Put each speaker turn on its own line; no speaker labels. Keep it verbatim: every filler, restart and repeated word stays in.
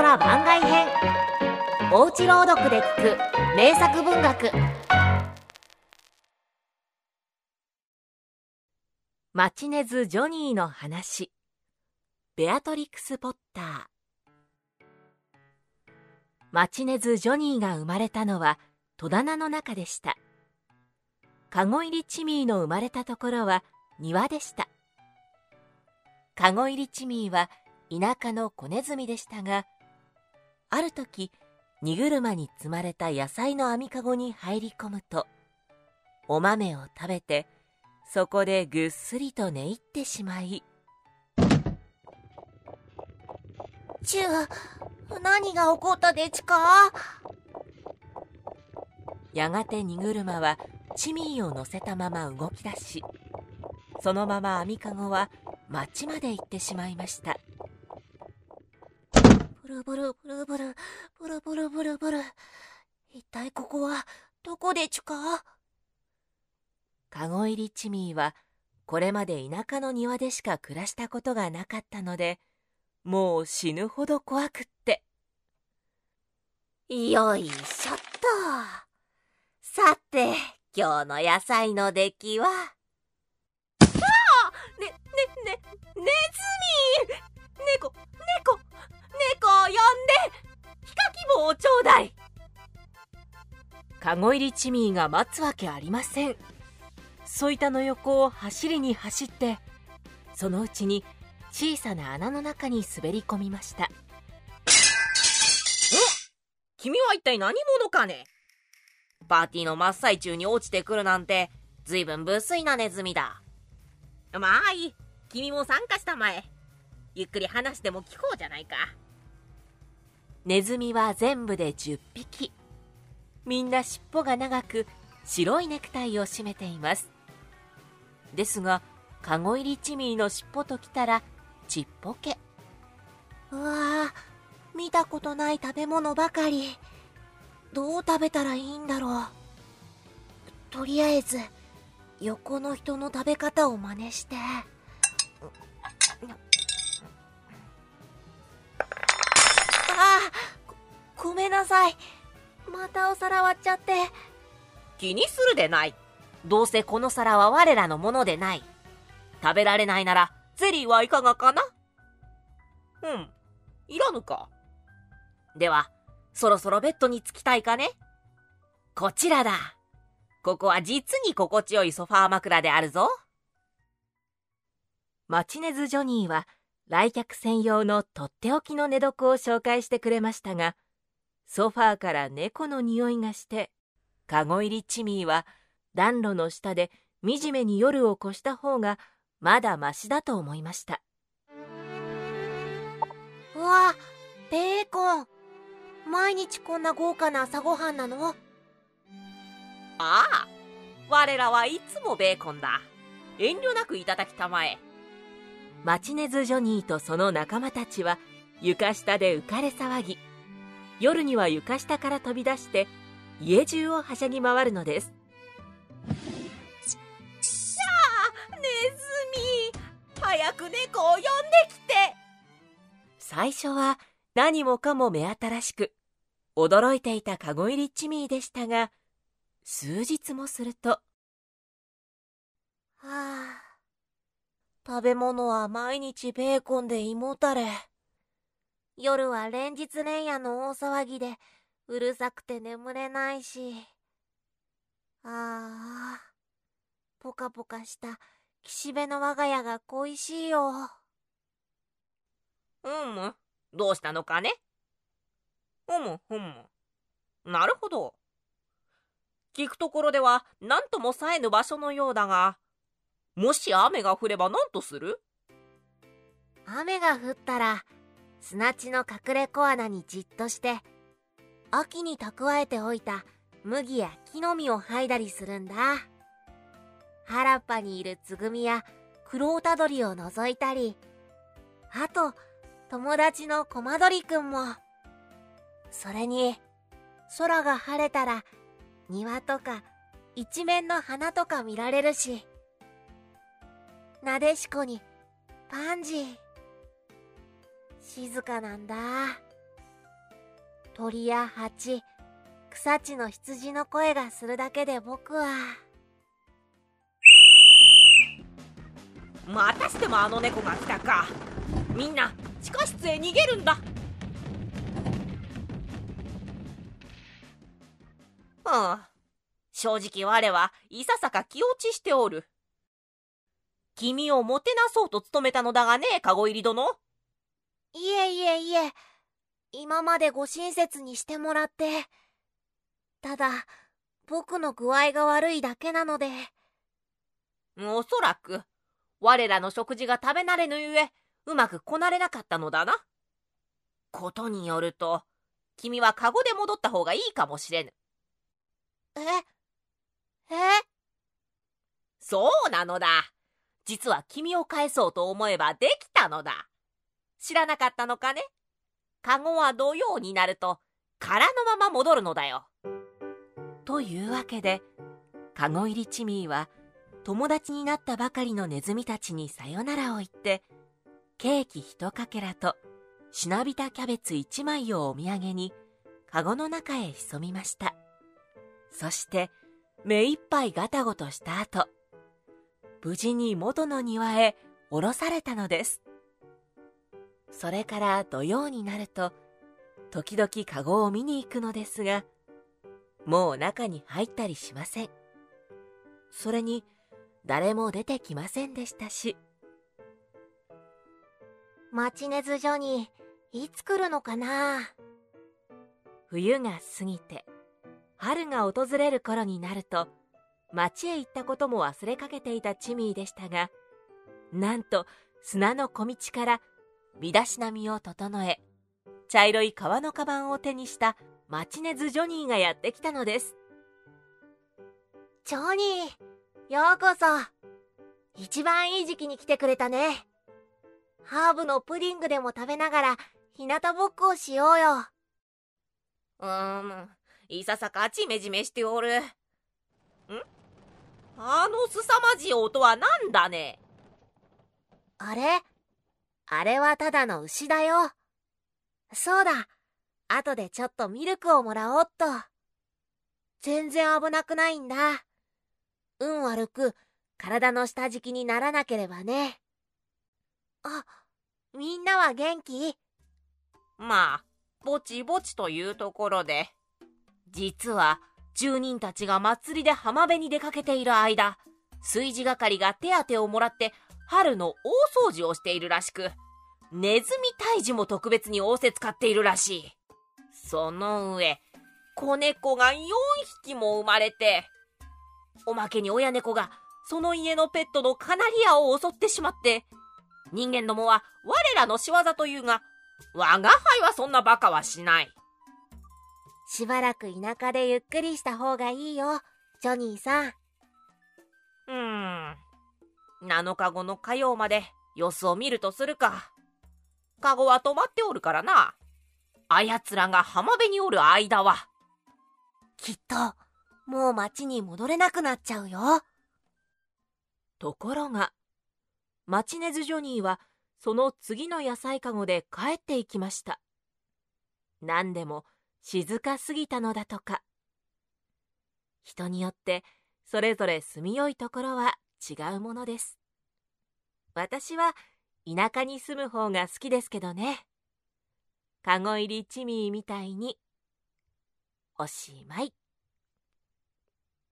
空番外編。おうち朗読で聞く名作文学。マチネズ・ジョニーの話。ベアトリクス・ポッター。マチネズ・ジョニーが生まれたのは戸棚の中でした。カゴ入りチミーの生まれたところは庭でした。カゴ入りチミーは田舎の子ネズミでしたが、ある時荷車に積まれた野菜の網かごに入り込むと、お豆を食べてそこでぐっすりと寝入ってしまい、
チュー、何が起こったでちか？
やがて荷車はチミーを乗せたまま動き出し、そのまま網かごは町まで行ってしまいました。
ブルブルブルブルブルブルブルブル、一体ここはどこでちか？
カゴ入りチミーはこれまで田舎の庭でしか暮らしたことがなかったので、もう死ぬほど怖くって。
よいしょっと。さて、今日の野菜の出来は？ああ！ね、ね、ね、ネズミ！猫、猫、猫を呼んで、ひかき棒をちょうだい。
カゴ入りチミーが待つわけありません。ソイタの横を走りに走って、そのうちに小さな穴の中に滑り込みました。ん？
君は一体何者かね？パーティーの真っ最中に落ちてくるなんて、ずいぶん無粋なネズミだ。まあいい、君も参加したまえ。ゆっくり話しても聞こうじゃないか。
ネズミは全部でじゅっぴき。みんな尻尾が長く、白いネクタイを締めています。ですが、カゴ入りチミーの尻尾ときたらちっぽけ。
うわあ、見たことない食べ物ばかり。どう食べたらいいんだろう。とりあえず横の人の食べ方を真似して。ああ、ご、ごめんなさい。またお皿割っちゃって。
気にするでない。どうせこの皿は我らのものでない。食べられないならゼリーはいかがかな？うん、いらぬか。ではそろそろベッドに着きたいかね？こちらだ。ここは実に心地よいソファー枕であるぞ。
マチネズ・ジョニーは来客専用のとっておきの寝床を紹介してくれましたが、ソファーから猫の匂いがして、カゴ入りチミーは暖炉の下で惨めに夜を越した方がまだマシだと思いました。
うわ、ベーコン。毎日こんな豪華な朝ごはんなの？
ああ、我らはいつもベーコンだ。遠慮なくいただきたまえ。
マチネズ・ジョニーとその仲間たちは床下で浮かれ騒ぎ、夜には床下から飛び出して家中をはしゃぎ回るのです。
ああ、ネズミ、早く猫を呼んできて。
最初は何もかも目新しく、驚いていたカゴ入りチミーでしたが、数日もすると、は
あ、食べ物は毎日ベーコンで胃もたれ。夜は連日連夜の大騒ぎでうるさくて眠れないし。ああ、ポカポカした岸辺の我が家が恋しいよ。
うむ、どうしたのかね？うむふむ。なるほど。聞くところでは何とも冴えぬ場所のようだが、もし雨が降れば何とする？
雨が降ったら砂地の隠れ小穴にじっとして、秋に蓄えておいた麦や木の実を剥いだりするんだ。原っぱにいるつぐみやクロオタドリを覗いたり、あと友達のコマドリくんも。それに空が晴れたら庭とか一面の花とか見られるし、なでしこにパンジー。静かなんだ。 鳥や蜂、草地の羊の声がするだけで僕は。
またしてもあの猫が来たか。みんな地下室へ逃げるんだ。うん、正直我はいささか気落ちしておる。君をもてなそうと努めたのだがね、かご入り殿。
いえいえいえ、今までご親切にしてもらって。ただ僕の具合が悪いだけなので。
おそらく我らの食事が食べ慣れぬゆえ、うまくこなれなかったのだな。ことによると君はカゴで戻った方がいいかもしれぬ。
ええ
そうなのだ。実は君を返そうと思えばできたのだ。知らなかったのかね。カゴは土曜になると空のまま戻るのだよ。
というわけで、カゴ入りチミーは友達になったばかりのネズミたちにさよならを言って、ケーキ一かけらとしなびたキャベツ一枚をお土産にカゴの中へ潜みました。そして目いっぱいガタゴトした後、無事に元の庭へ下ろされたのです。それから土曜になると時々カゴを見に行くのですが、もう中に入ったりしません。それに誰も出てきませんでしたし。
マチネズジョニー、いつ来るのかな。
冬が過ぎて春が訪れる頃になると、町へ行ったことも忘れかけていたチミーでしたが、なんと砂の小道から身だしなみを整え、茶色い革のカバンを手にしたマチネズジョニーがやってきたのです。
ジョニー、ようこそ。一番いい時期に来てくれたね。ハーブのプディングでも食べながら日向ぼっこをしようよ。
うーん、いささかジメジメしておる。ん？あのすさまじい音はなんだね。
あれ？あれはただの牛だよ。そうだ、後でちょっとミルクをもらおうっと。全然危なくないんだ。運悪く体の下敷きにならなければね。あ、みんなは元気？
まあぼちぼちというところで、実は住人たちが祭りで浜辺に出かけている間、炊事係が手当をもらって春の大掃除をしているらしく、ネズミ退治も特別に仰せつかっているらしい。その上、子猫がよんひきも生まれて、おまけに親猫がその家のペットのカナリアを襲ってしまって、人間どもは我らの仕業というが、我が輩はそんなバカはしない。
しばらく田舎でゆっくりした方がいいよ、ジョニーさん。
うーん、なのかごの火曜まで様子を見るとするか。カゴは止まっておるからな。あやつらが浜辺におる間は。
きっともう町に戻れなくなっちゃうよ。
ところが、マチネズジョニーはその次の野菜かごで帰っていきました。何でも静かすぎたのだとか。人によってそれぞれ住みよいところは違うものです。私は田舎に住む方が好きですけどね。かご入りチミーみたいに。おしまい。